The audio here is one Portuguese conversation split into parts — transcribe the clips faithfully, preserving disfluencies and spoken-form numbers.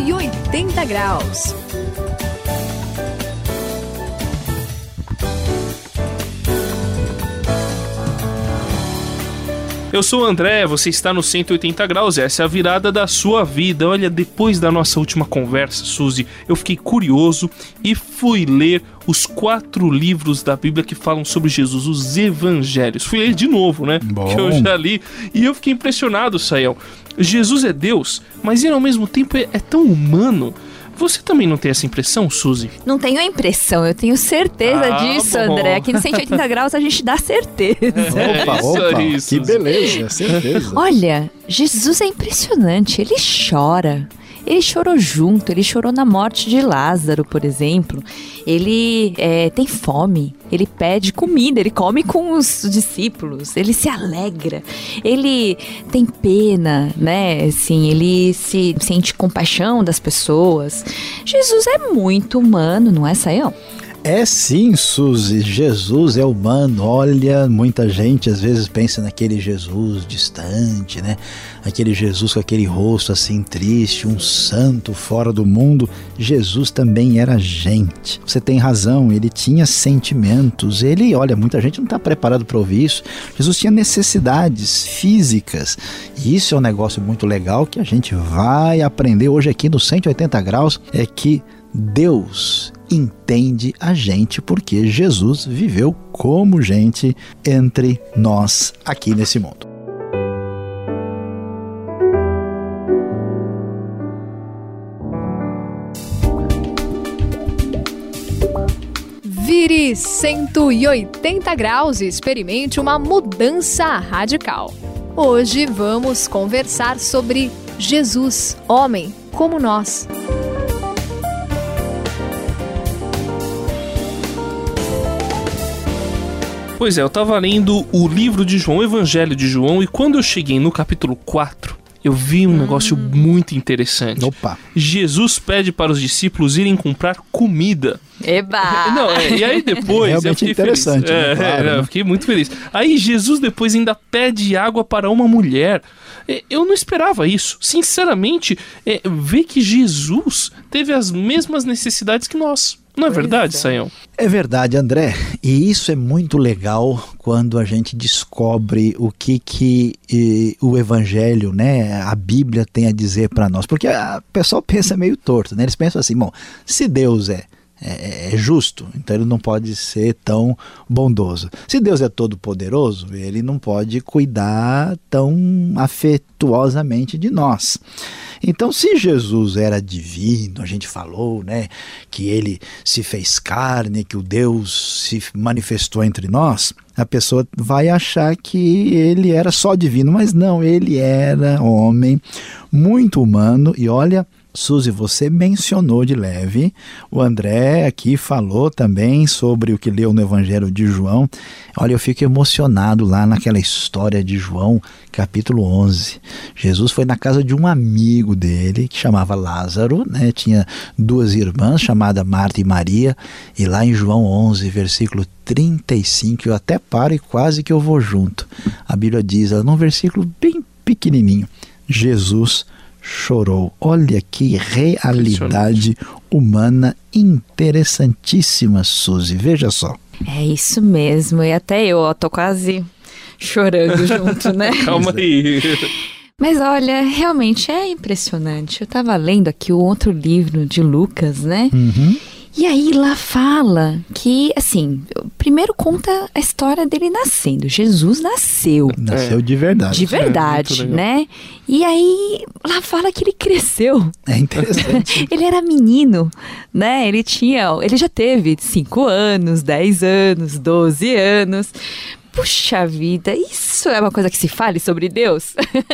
e oitenta graus. Eu sou o André, você está no cento e oitenta graus, essa é a virada da sua vida. Olha, depois da nossa última conversa, Suzy, eu fiquei curioso e fui ler os quatro livros da Bíblia que falam sobre Jesus, os evangelhos. Fui ler de novo, né? Bom. Que eu já li e eu fiquei impressionado, Sayão. Jesus é Deus, mas ele ao mesmo tempo é, é tão humano. Você também não tem essa impressão, Suzy? Não tenho a impressão, eu tenho certeza Ah, disso, bom. André. Aqui no cento e oitenta graus a gente dá certeza. É, Opa, isso opa, aí, que Suzy. beleza, certeza. Olha, Jesus é impressionante, ele chora. Ele chorou junto, ele chorou na morte de Lázaro, por exemplo. Ele é, tem fome, ele pede comida, ele come com os discípulos, ele se alegra, ele tem pena, né? Assim, ele se sente compaixão das pessoas. Jesus é muito humano, não é, Sayão? É sim, Suzy, Jesus é humano. Olha, muita gente às vezes pensa naquele Jesus distante, né? Aquele Jesus com aquele rosto assim triste, um santo fora do mundo. Jesus também era gente. Você tem razão, ele tinha sentimentos. Ele, olha, muita gente não está preparado para ouvir isso. Jesus tinha necessidades físicas. E isso é um negócio muito legal que a gente vai aprender hoje aqui no cento e oitenta graus, é que Deus entende a gente porque Jesus viveu como gente entre nós aqui nesse mundo. Vire cento e oitenta graus e experimente uma mudança radical. Hoje vamos conversar sobre Jesus, homem como nós. Pois é, eu estava lendo o livro de João, o Evangelho de João, e quando eu cheguei no capítulo quatro, eu vi um negócio muito interessante. Opa! Jesus pede para os discípulos irem comprar comida. Eba! Não, é, e aí depois... Realmente eu fiquei interessante, feliz. né? É, Claro, é, né? eu fiquei muito feliz. Aí Jesus depois ainda pede água para uma mulher. É, Eu não esperava isso. Sinceramente, é, ver que Jesus teve as mesmas necessidades que nós. Não é Pois verdade, é. Sayão? É verdade, André, e isso é muito legal quando a gente descobre o que, que eh, o Evangelho, né, a Bíblia tem a dizer para nós, porque o pessoal pensa meio torto, né? Eles pensam assim, bom, se Deus é, é, é justo, então ele não pode ser tão bondoso. Se Deus é todo poderoso, ele não pode cuidar tão afetuosamente de nós. Então, se Jesus era divino, a gente falou, né, que ele se fez carne, que o Deus se manifestou entre nós, a pessoa vai achar que ele era só divino, mas não, ele era homem, muito humano, e olha, Suzy, você mencionou de leve, o André aqui falou também sobre o que leu no Evangelho de João. Olha, eu fico emocionado lá naquela história de João, capítulo onze. Jesus foi na casa de um amigo dele, que chamava Lázaro, né? Tinha duas irmãs, chamadas Marta e Maria, e lá em João onze, versículo trinta e cinco, eu até paro e quase que eu vou junto. A Bíblia diz, num versículo bem pequenininho, Jesus chorou. Olha que realidade humana interessantíssima, Suzy. Veja só. É isso mesmo, e até eu, ó, tô quase chorando junto, né? Calma aí. Mas olha, realmente é impressionante. Eu tava lendo aqui o outro livro de Lucas, né? Uhum. E aí lá fala que, assim, primeiro conta a história dele nascendo. Jesus nasceu. Nasceu É. de verdade. De É, verdade, muito legal. né? E aí lá fala que ele cresceu. É interessante. Ele era menino, né? Ele tinha, ele já teve cinco anos, dez anos, doze anos. Puxa vida, isso é uma coisa que se fale sobre Deus?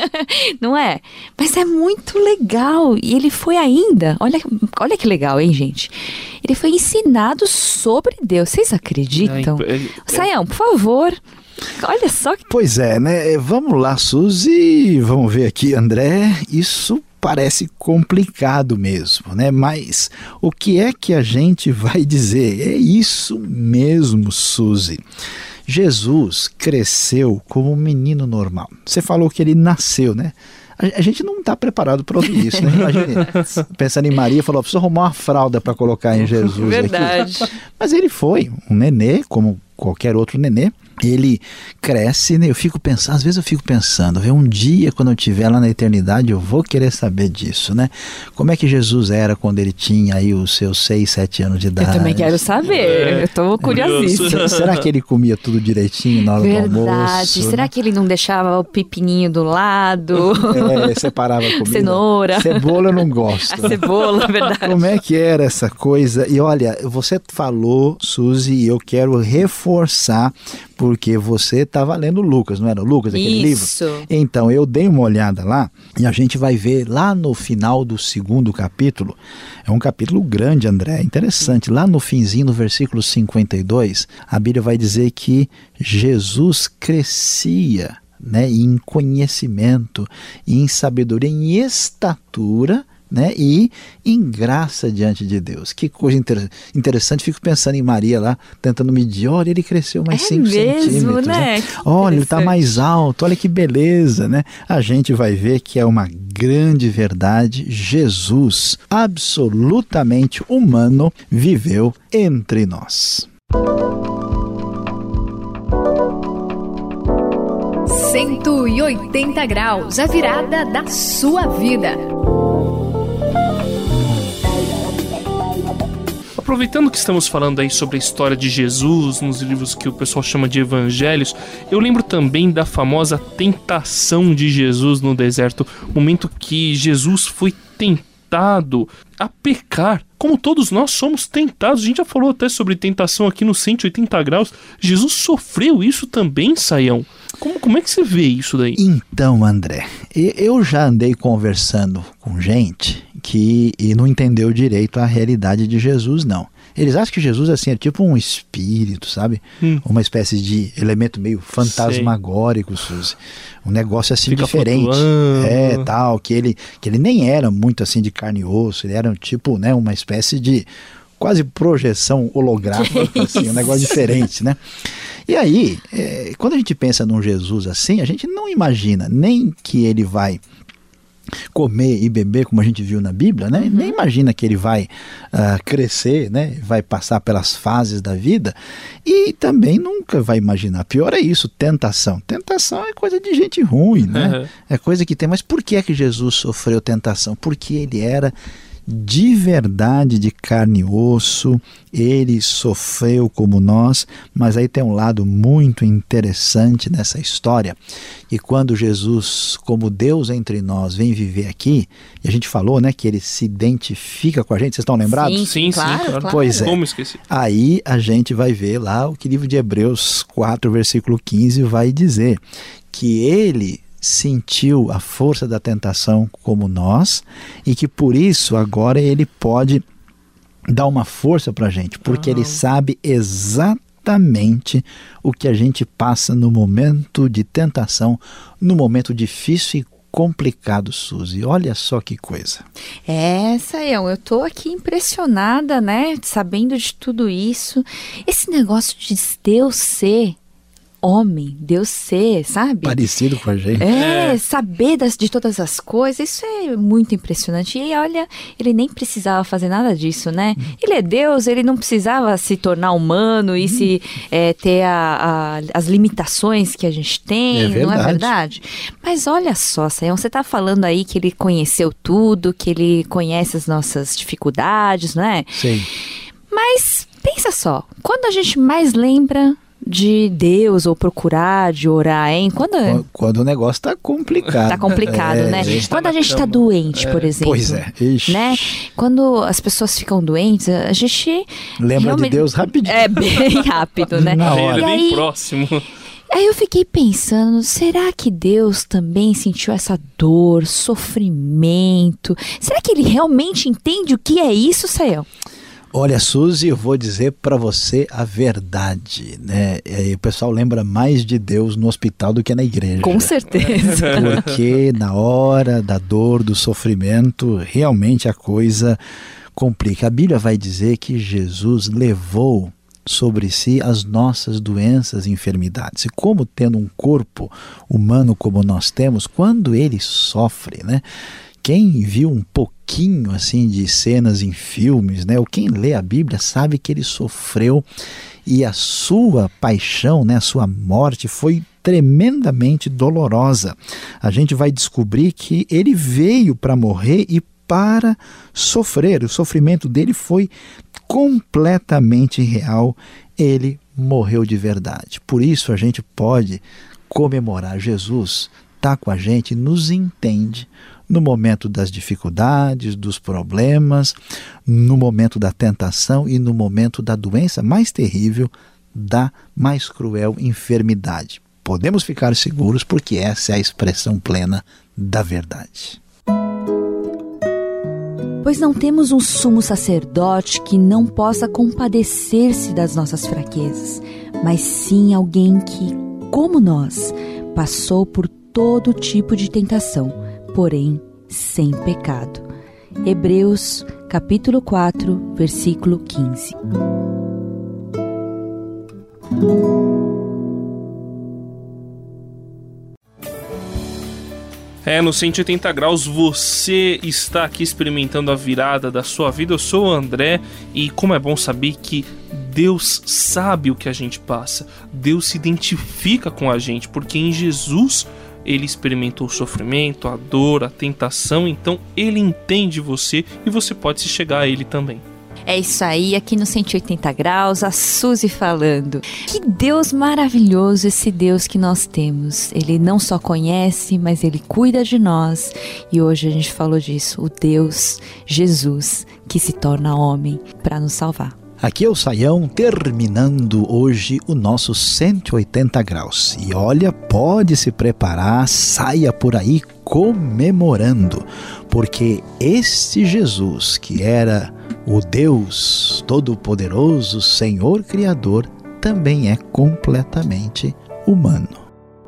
Não é? Mas é muito legal. E ele foi ainda, olha, olha que legal, hein, gente? Ele foi ensinado sobre Deus. Vocês acreditam? É, é, Sayão, por favor. Olha só que... Pois é, né? Vamos lá, Suzy. Vamos ver aqui, André. Isso parece complicado mesmo, né? Mas o que é que a gente vai dizer? É isso mesmo, Suzy. Jesus cresceu como um menino normal. Você falou que ele nasceu, né? A, a gente não está preparado para ouvir isso, né? Imagina, pensando em Maria, falou, preciso arrumar uma fralda para colocar em Jesus. Verdade. Aqui. Mas ele foi um nenê, como qualquer outro nenê. Ele cresce, né? Eu fico pensando, às vezes eu fico pensando, um dia quando eu estiver lá na eternidade eu vou querer saber disso, né? Como é que Jesus era quando ele tinha aí os seus seis, sete anos de idade? Eu também quero saber, é, eu tô curiosíssima. Será que ele comia tudo direitinho na hora Verdade. do almoço? Será né? que ele não deixava o pepininho do lado? É, separava a comida. Cenoura. Cebola eu não gosto. A cebola, verdade. Como é que era essa coisa? E olha, você falou, Suzy, e eu quero reforçar, porque você estava lendo Lucas, não era o Lucas, aquele Isso. livro? Então, eu dei uma olhada lá e a gente vai ver lá no final do segundo capítulo, é um capítulo grande, André, interessante, lá no finzinho, no versículo cinquenta e dois, a Bíblia vai dizer que Jesus crescia, né, em conhecimento, em sabedoria, em estatura, né, e em graça diante de Deus. Que coisa inter- interessante, fico pensando em Maria lá, tentando medir, olha, ele cresceu mais cinco centímetros. Né? Né? Olha, ele está mais alto, olha que beleza, né? A gente vai ver que é uma grande verdade, Jesus, absolutamente humano, viveu entre nós. cento e oitenta graus, a virada da sua vida. Aproveitando que estamos falando aí sobre a história de Jesus, nos livros que o pessoal chama de evangelhos, eu lembro também da famosa tentação de Jesus no deserto, momento que Jesus foi tentado a pecar, como todos nós somos tentados. A gente já falou até sobre tentação aqui no cento e oitenta graus. Jesus sofreu isso também, Saião. Como, como é que você vê isso daí? Então, André, eu já andei conversando com gente que e não entendeu direito a realidade de Jesus, não. Eles acham que Jesus assim, é tipo um espírito, sabe? Hum. Uma espécie de elemento meio fantasmagórico, Suzy. Um negócio assim Fica diferente. Flutuando. É, tal, que ele, que ele nem era muito assim de carne e osso, ele era tipo, né, uma espécie de quase projeção holográfica, assim, um negócio diferente, né? E aí, é, quando a gente pensa num Jesus assim, a gente não imagina nem que ele vai comer e beber, como a gente viu na Bíblia, né? Uhum. Nem imagina que ele vai uh, crescer, né? Vai passar pelas fases da vida, e também nunca vai imaginar. Pior é isso, tentação. Tentação é coisa de gente ruim, né? Uhum. É coisa que tem. Mas por que é que Jesus sofreu tentação? Porque ele era de verdade de carne e osso, ele sofreu como nós, mas aí tem um lado muito interessante nessa história, e quando Jesus, como Deus entre nós, vem viver aqui, e a gente falou, né, que ele se identifica com a gente, vocês estão lembrados? Sim, sim, claro, sim, claro. Pois é. Como esqueci? Aí a gente vai ver lá o que o livro de Hebreus quatro, versículo quinze vai dizer, que ele sentiu a força da tentação como nós, e que por isso agora ele pode dar uma força para a gente, porque ah. ele sabe exatamente o que a gente passa no momento de tentação, no momento difícil e complicado, Suzy. Olha só que coisa. É, Saião, eu tô aqui impressionada, né, sabendo de tudo isso. Esse negócio de Deus ser homem, Deus ser, sabe? Parecido com a gente. É, é. saber das, de todas as coisas, isso é muito impressionante. E olha, ele nem precisava fazer nada disso, né? Hum. Ele é Deus, ele não precisava se tornar humano e hum. se é, ter a, a, as limitações que a gente tem, é não é verdade? Mas olha só, Saião, você tá falando aí que ele conheceu tudo, que ele conhece as nossas dificuldades, não é? Sim. Mas pensa só, quando a gente mais lembra de Deus ou procurar, de orar, hein? Quando, Quando o negócio tá complicado. Tá complicado, é, né? A Quando a gente tá doente, é. por exemplo. Pois é. Ixi. Né? Quando as pessoas ficam doentes, a gente... Lembra realmente... de Deus rapidinho. É, bem rápido, né? Na hora. Ele é bem aí, próximo. Aí eu fiquei pensando, será que Deus também sentiu essa dor, sofrimento? Será que ele realmente entende o que é isso, Saião? Olha, Suzy, eu vou dizer para você a verdade, né? E o pessoal lembra mais de Deus no hospital do que na igreja. Com certeza. Porque na hora da dor, do sofrimento, realmente a coisa complica. A Bíblia vai dizer que Jesus levou sobre si as nossas doenças e enfermidades. E como tendo um corpo humano como nós temos, quando ele sofre, né? Quem viu um pouquinho assim de cenas em filmes, né, ou quem lê a Bíblia sabe que ele sofreu e a sua paixão, né, a sua morte foi tremendamente dolorosa. A gente vai descobrir que ele veio para morrer e para sofrer. O sofrimento dele foi completamente real. Ele morreu de verdade. Por isso a gente pode comemorar. Jesus está com a gente, nos entende no momento das dificuldades, dos problemas, no momento da tentação e no momento da doença mais terrível, da mais cruel enfermidade. Podemos ficar seguros porque essa é a expressão plena da verdade. Pois não temos um sumo sacerdote que não possa compadecer-se das nossas fraquezas, mas sim alguém que, como nós, passou por todo tipo de tentação, porém sem pecado. Hebreus, capítulo quatro, versículo quinze. É, no cento e oitenta graus você está aqui experimentando a virada da sua vida. Eu sou o André e como é bom saber que Deus sabe o que a gente passa. Deus se identifica com a gente, porque em Jesus ele experimentou o sofrimento, a dor, a tentação, então ele entende você e você pode se chegar a ele também. É isso aí, aqui no cento e oitenta graus, a Suzy falando. Que Deus maravilhoso esse Deus que nós temos. Ele não só conhece, mas ele cuida de nós. E hoje a gente falou disso, o Deus Jesus que se torna homem para nos salvar. Aqui é o Saião terminando hoje o nosso cento e oitenta graus. E olha, pode se preparar, saia por aí comemorando, porque este Jesus que era o Deus Todo-Poderoso, Senhor Criador, também é completamente humano.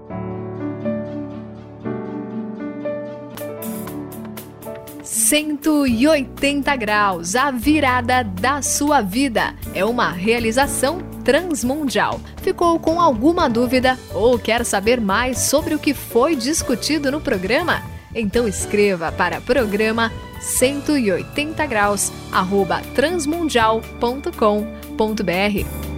cento e oitenta graus, a virada da sua vida. É uma realização transmundial. Ficou com alguma dúvida ou quer saber mais sobre o que foi discutido no programa? Então escreva para programa cento e oitenta graus arroba transmundial ponto com ponto br.